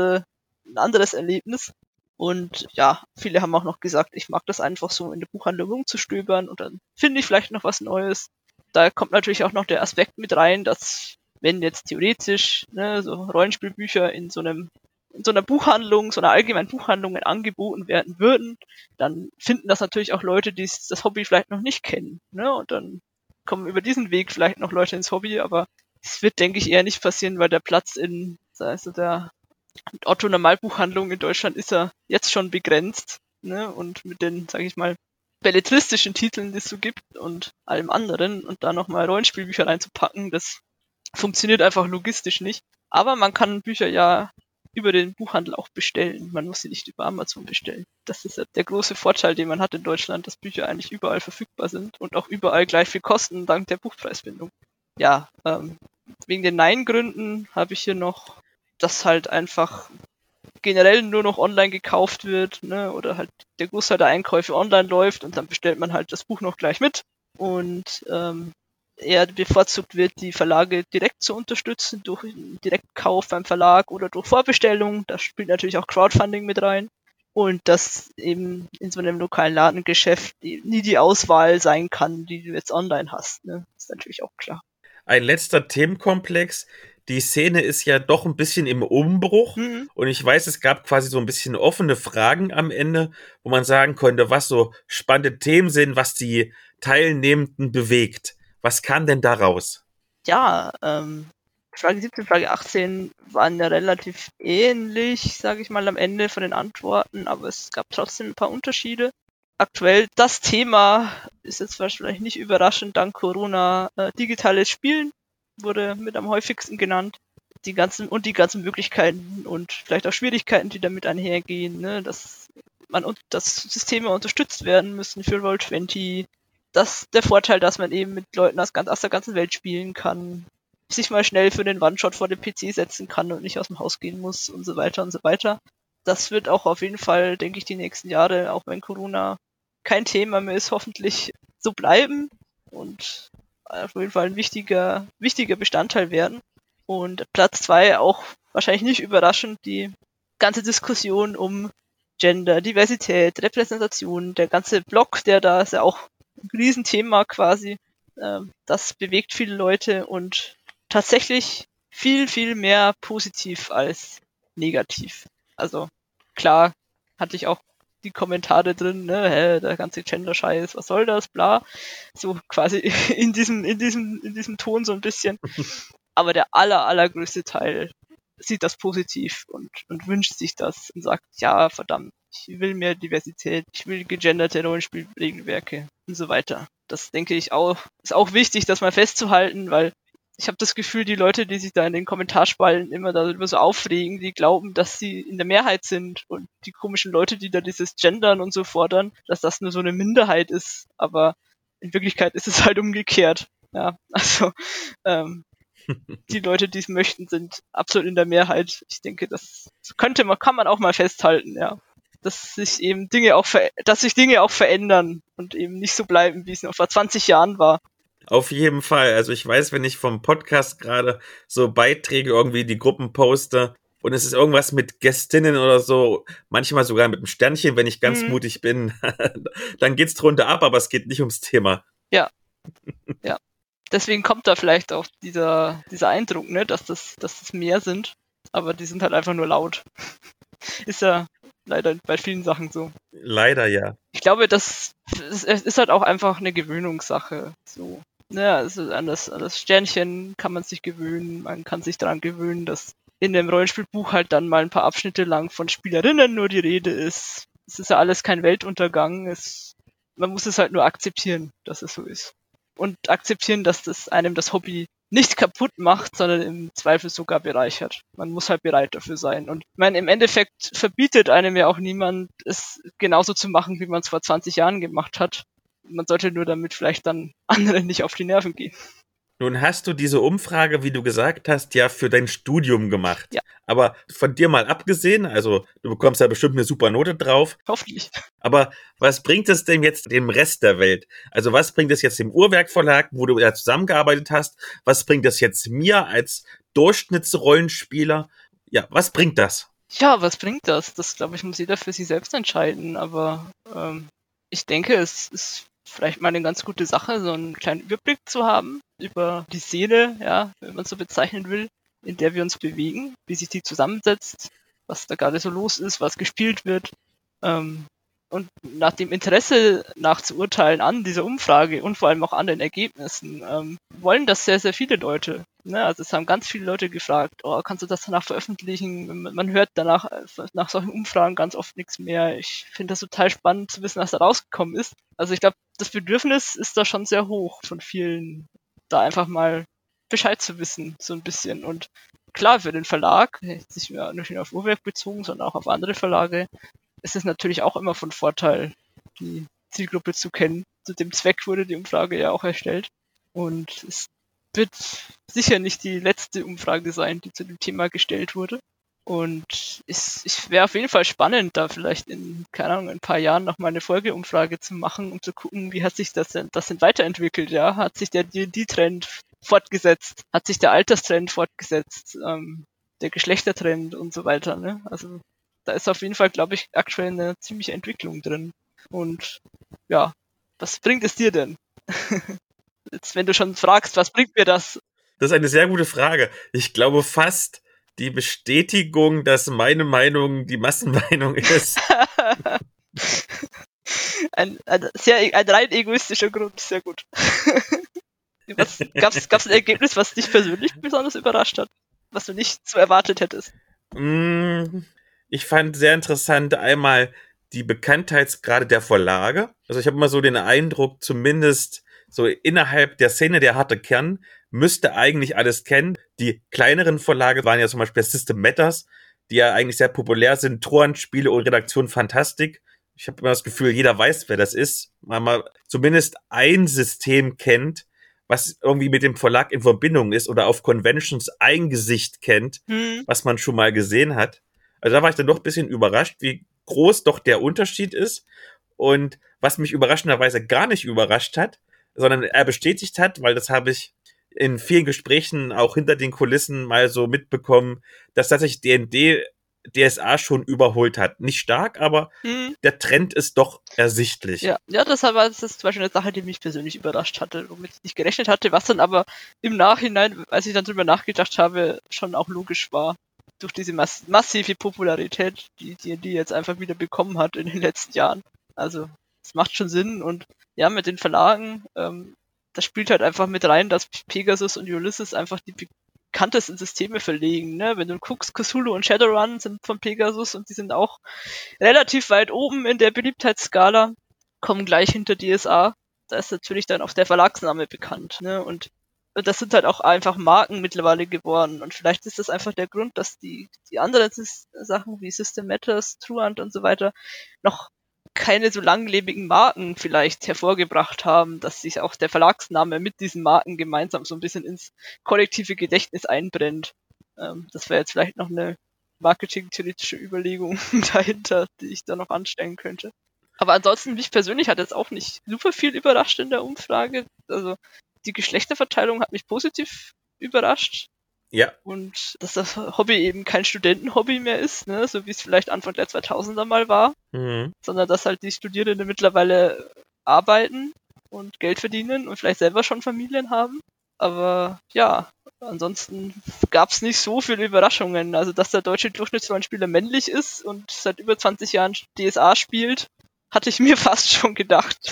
anderes Erlebnis. Und ja, viele haben auch noch gesagt, ich mag das einfach so in der Buchhandlung rumzustöbern und dann finde ich vielleicht noch was Neues. Da kommt natürlich auch noch der Aspekt mit rein, dass wenn jetzt theoretisch so Rollenspielbücher in so einer Buchhandlung, so einer allgemeinen Buchhandlung angeboten werden würden, dann finden das natürlich auch Leute, die das Hobby vielleicht noch nicht kennen. Ne? Und dann kommen über diesen Weg vielleicht noch Leute ins Hobby, aber es wird, denke ich, eher nicht passieren, weil der Platz in der Otto-Normalbuchhandlung in Deutschland ist ja jetzt schon begrenzt. Ne? Und mit den, sage ich mal, belletristischen Titeln, die es so gibt und allem anderen und da nochmal Rollenspielbücher reinzupacken, das funktioniert einfach logistisch nicht. Aber man kann Bücher ja über den Buchhandel auch bestellen. Man muss sie nicht über Amazon bestellen. Das ist ja der große Vorteil, den man hat in Deutschland, dass Bücher eigentlich überall verfügbar sind und auch überall gleich viel kosten, dank der Buchpreisbindung. Ja, wegen den Nein-Gründen habe ich hier noch... dass halt einfach generell nur noch online gekauft wird, ne, oder halt der Großteil der Einkäufe online läuft und dann bestellt man halt das Buch noch gleich mit und eher bevorzugt wird, die Verlage direkt zu unterstützen durch einen Direktkauf beim Verlag oder durch Vorbestellung. Da spielt natürlich auch Crowdfunding mit rein. Und dass eben in so einem lokalen Ladengeschäft nie die Auswahl sein kann, die du jetzt online hast. Ne? Ist natürlich auch klar. Ein letzter Themenkomplex. Die Szene ist ja doch ein bisschen im Umbruch. Mhm. Und ich weiß, es gab quasi so ein bisschen offene Fragen am Ende, wo man sagen konnte, was so spannende Themen sind, was die Teilnehmenden bewegt. Was kam denn daraus? Ja, Frage 17, Frage 18 waren ja relativ ähnlich, sage ich mal, am Ende von den Antworten, aber es gab trotzdem ein paar Unterschiede. Aktuell das Thema ist jetzt vielleicht nicht überraschend, dank Corona, digitales Spielen wurde mit am häufigsten genannt. Die ganzen Möglichkeiten und vielleicht auch Schwierigkeiten, die damit einhergehen, ne? Dass Systeme unterstützt werden müssen für Roll20, der Vorteil, dass man eben mit Leuten aus der ganzen Welt spielen kann, sich mal schnell für den One-Shot vor den PC setzen kann und nicht aus dem Haus gehen muss und so weiter und so weiter. Das wird auch auf jeden Fall, denke ich, die nächsten Jahre, auch wenn Corona kein Thema mehr ist, hoffentlich so bleiben und auf jeden Fall ein wichtiger Bestandteil werden. Und Platz 2 auch wahrscheinlich nicht überraschend, die ganze Diskussion um Gender, Diversität, Repräsentation, der ganze Block, der da ist ja auch ein Riesenthema quasi. Das bewegt viele Leute und tatsächlich viel, viel mehr positiv als negativ. Also klar hatte ich auch die Kommentare drin, ne, der ganze Gender-Scheiß, was soll das, bla. So quasi in diesem Ton so ein bisschen. Aber der allergrößte Teil sieht das positiv und wünscht sich das und sagt, ja, verdammt, ich will mehr Diversität, ich will gegenderte Rollenspielregelwerke und so weiter. Das denke ich auch, ist auch wichtig, das mal festzuhalten, weil ich habe das Gefühl, die Leute, die sich da in den Kommentarspalten immer darüber so aufregen, die glauben, dass sie in der Mehrheit sind und die komischen Leute, die da dieses Gendern und so fordern, dass das nur so eine Minderheit ist, aber in Wirklichkeit ist es halt umgekehrt. Ja, also die Leute, die es möchten, sind absolut in der Mehrheit. Ich denke, kann man auch mal festhalten, ja. Dass sich Dinge auch verändern und eben nicht so bleiben, wie es noch vor 20 Jahren war. Auf jeden Fall. Also ich weiß, wenn ich vom Podcast gerade so Beiträge irgendwie die Gruppen poste und es ist irgendwas mit Gästinnen oder so, manchmal sogar mit einem Sternchen, wenn ich ganz mutig bin, dann geht's drunter ab, aber es geht nicht ums Thema. Ja. Ja. Deswegen kommt da vielleicht auch dieser Eindruck, ne, dass das mehr sind, aber die sind halt einfach nur laut. Ist ja leider bei vielen Sachen so. Leider ja. Ich glaube, es ist halt auch einfach eine Gewöhnungssache. So. Ja, also an das Sternchen kann man sich gewöhnen, man kann sich daran gewöhnen, dass in dem Rollenspielbuch halt dann mal ein paar Abschnitte lang von Spielerinnen nur die Rede ist. Es ist ja alles kein Weltuntergang, man muss es halt nur akzeptieren, dass es so ist. Und akzeptieren, dass das einem das Hobby nicht kaputt macht, sondern im Zweifel sogar bereichert. Man muss halt bereit dafür sein. Und ich meine, im Endeffekt verbietet einem ja auch niemand, es genauso zu machen, wie man es vor 20 Jahren gemacht hat. Man sollte nur damit vielleicht dann anderen nicht auf die Nerven gehen. Nun hast du diese Umfrage, wie du gesagt hast, ja für dein Studium gemacht. Ja. Aber von dir mal abgesehen, also du bekommst ja bestimmt eine super Note drauf. Hoffentlich. Aber was bringt es denn jetzt dem Rest der Welt? Also was bringt es jetzt dem Uhrwerk-Verlag, wo du ja zusammengearbeitet hast? Was bringt es jetzt mir als Durchschnittsrollenspieler? Ja, was bringt das? Ja, was bringt das? Das, glaube ich, muss jeder für sich selbst entscheiden. Aber ich denke, es ist vielleicht mal eine ganz gute Sache, so einen kleinen Überblick zu haben über die Szene, ja, wenn man es so bezeichnen will, in der wir uns bewegen, wie sich die zusammensetzt, was da gerade so los ist, was gespielt wird. Und nach dem Interesse nachzuurteilen an dieser Umfrage und vor allem auch an den Ergebnissen, wollen das sehr, sehr viele Leute. Ne? Also es haben ganz viele Leute gefragt, oh, kannst du das danach veröffentlichen? Man hört danach nach solchen Umfragen ganz oft nichts mehr. Ich finde das total spannend zu wissen, was da rausgekommen ist. Also ich glaube, das Bedürfnis ist da schon sehr hoch von vielen, da einfach mal Bescheid zu wissen, so ein bisschen. Und klar, für den Verlag, nicht nur auf Uhrwerk bezogen, sondern auch auf andere Verlage, ist es natürlich auch immer von Vorteil, die Zielgruppe zu kennen. Zu dem Zweck wurde die Umfrage ja auch erstellt. Und ist wird sicher nicht die letzte Umfrage sein, die zu dem Thema gestellt wurde. Und es wäre auf jeden Fall spannend, da vielleicht in, keine Ahnung, ein paar Jahren noch mal eine Folgeumfrage zu machen, um zu gucken, wie hat sich das denn weiterentwickelt, ja? Hat sich der D&D-Trend fortgesetzt? Hat sich der Alterstrend fortgesetzt? Der Geschlechtertrend und so weiter, ne? Also da ist auf jeden Fall, glaube ich, aktuell eine ziemliche Entwicklung drin. Und ja, was bringt es dir denn? Jetzt, wenn du schon fragst, was bringt mir das? Das ist eine sehr gute Frage. Ich glaube fast die Bestätigung, dass meine Meinung die Massenmeinung ist. ein rein egoistischer Grund, sehr gut. Gab's ein Ergebnis, was dich persönlich besonders überrascht hat? Was du nicht so erwartet hättest? Ich fand sehr interessant einmal die Bekanntheitsgrade der Verlage. Also ich habe immer so den Eindruck, zumindest so innerhalb der Szene, der harte Kern, müsste eigentlich alles kennen. Die kleineren Verlage waren ja zum Beispiel System Matters, die ja eigentlich sehr populär sind, Troran-Spiele und Redaktion Fantastik. Ich habe immer das Gefühl, jeder weiß, wer das ist, weil man zumindest ein System kennt, was irgendwie mit dem Verlag in Verbindung ist oder auf Conventions ein Gesicht kennt, was man schon mal gesehen hat. Also da war ich dann doch ein bisschen überrascht, wie groß doch der Unterschied ist. Und was mich überraschenderweise gar nicht überrascht hat, sondern er bestätigt hat, weil das habe ich in vielen Gesprächen auch hinter den Kulissen mal so mitbekommen, dass tatsächlich D&D DSA schon überholt hat. Nicht stark, aber der Trend ist doch ersichtlich. Ja, das ist zum Beispiel eine Sache, die mich persönlich überrascht hatte, womit ich nicht gerechnet hatte, was dann aber im Nachhinein, als ich dann drüber nachgedacht habe, schon auch logisch war. Durch diese massive Popularität, die jetzt einfach wieder bekommen hat in den letzten Jahren. Also, es macht schon Sinn und ja, mit den Verlagen, das spielt halt einfach mit rein, dass Pegasus und Ulysses einfach die bekanntesten Systeme verlegen, ne? Wenn du guckst, Cthulhu und Shadowrun sind von Pegasus und die sind auch relativ weit oben in der Beliebtheitsskala, kommen gleich hinter DSA. Da ist natürlich dann auch der Verlagsname bekannt, ne? Und das sind halt auch einfach Marken mittlerweile geworden. Und vielleicht ist das einfach der Grund, dass die anderen Sachen wie System Matters, Truant und so weiter noch keine so langlebigen Marken vielleicht hervorgebracht haben, dass sich auch der Verlagsname mit diesen Marken gemeinsam so ein bisschen ins kollektive Gedächtnis einbrennt. Das wäre jetzt vielleicht noch eine marketingtheoretische Überlegung dahinter, die ich da noch anstellen könnte. Aber ansonsten, mich persönlich hat jetzt auch nicht super viel überrascht in der Umfrage. Also die Geschlechterverteilung hat mich positiv überrascht. Ja. Und dass das Hobby eben kein Studentenhobby mehr ist, ne, so wie es vielleicht Anfang der 2000er mal war, sondern dass halt die Studierenden mittlerweile arbeiten und Geld verdienen und vielleicht selber schon Familien haben. Aber ja, ansonsten gab's nicht so viele Überraschungen. Also, dass der deutsche Durchschnittsrollenspieler männlich ist und seit über 20 Jahren DSA spielt, hatte ich mir fast schon gedacht.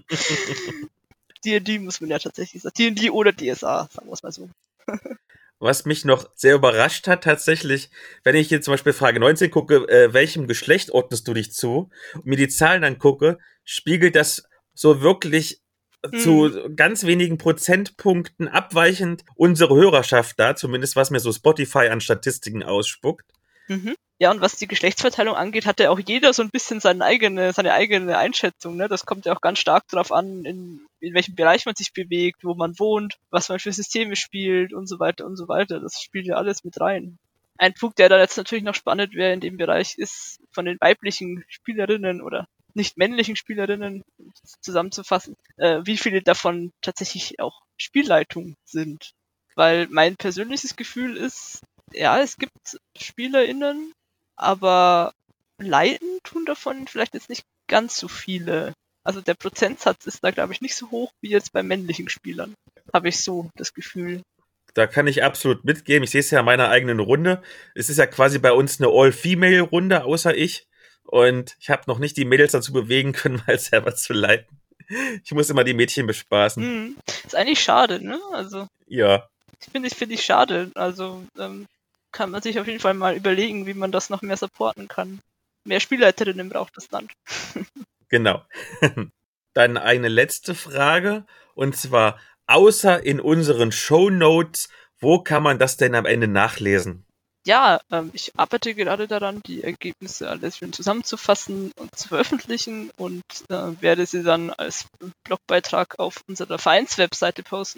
D&D muss man ja tatsächlich sagen. D&D oder DSA, sagen wir es mal so. Was mich noch sehr überrascht hat tatsächlich, wenn ich hier zum Beispiel Frage 19 gucke, welchem Geschlecht ordnest du dich zu, und mir die Zahlen angucke, spiegelt das so wirklich zu ganz wenigen Prozentpunkten abweichend unsere Hörerschaft da, zumindest was mir so Spotify an Statistiken ausspuckt. Ja, und was die Geschlechtsverteilung angeht, hat ja auch jeder so ein bisschen seine eigene Einschätzung, ne? Das kommt ja auch ganz stark darauf an, in welchem Bereich man sich bewegt, wo man wohnt, was man für Systeme spielt und so weiter und so weiter. Das spielt ja alles mit rein. Ein Punkt, der da jetzt natürlich noch spannend wäre in dem Bereich, ist von den weiblichen Spielerinnen oder nicht männlichen Spielerinnen zusammenzufassen, wie viele davon tatsächlich auch Spielleitung sind. Weil mein persönliches Gefühl ist, ja, es gibt SpielerInnen, aber leiten tun davon vielleicht jetzt nicht ganz so viele. Also der Prozentsatz ist da, glaube ich, nicht so hoch wie jetzt bei männlichen Spielern. Habe ich so das Gefühl. Da kann ich absolut mitgeben. Ich sehe es ja in meiner eigenen Runde. Es ist ja quasi bei uns eine All-Female-Runde, außer ich. Und ich habe noch nicht die Mädels dazu bewegen können, mal selber zu leiten. Ich muss immer die Mädchen bespaßen. Ist eigentlich schade, ne? Also. Ja. Finde ich schade. Also kann man sich auf jeden Fall mal überlegen, wie man das noch mehr supporten kann. Mehr Spielleiterinnen braucht das Land. Genau. Dann eine letzte Frage, und zwar, außer in unseren Shownotes, wo kann man das denn am Ende nachlesen? Ja, ich arbeite gerade daran, die Ergebnisse alles schön zusammenzufassen und zu veröffentlichen und werde sie dann als Blogbeitrag auf unserer Vereinswebseite posten.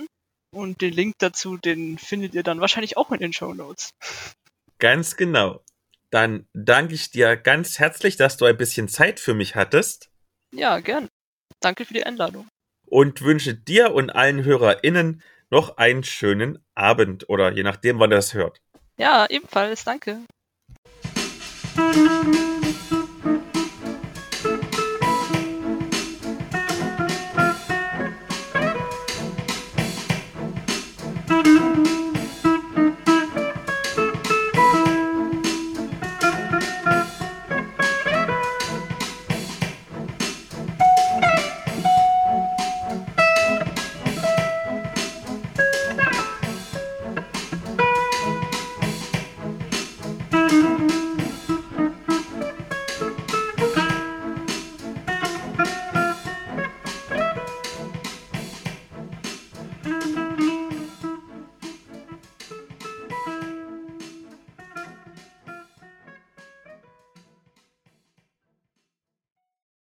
Und den Link dazu, den findet ihr dann wahrscheinlich auch in den Shownotes. Ganz genau. Dann danke ich dir ganz herzlich, dass du ein bisschen Zeit für mich hattest. Ja, gern. Danke für die Einladung. Und wünsche dir und allen HörerInnen noch einen schönen Abend oder je nachdem, wann ihr das hört. Ja, ebenfalls. Danke.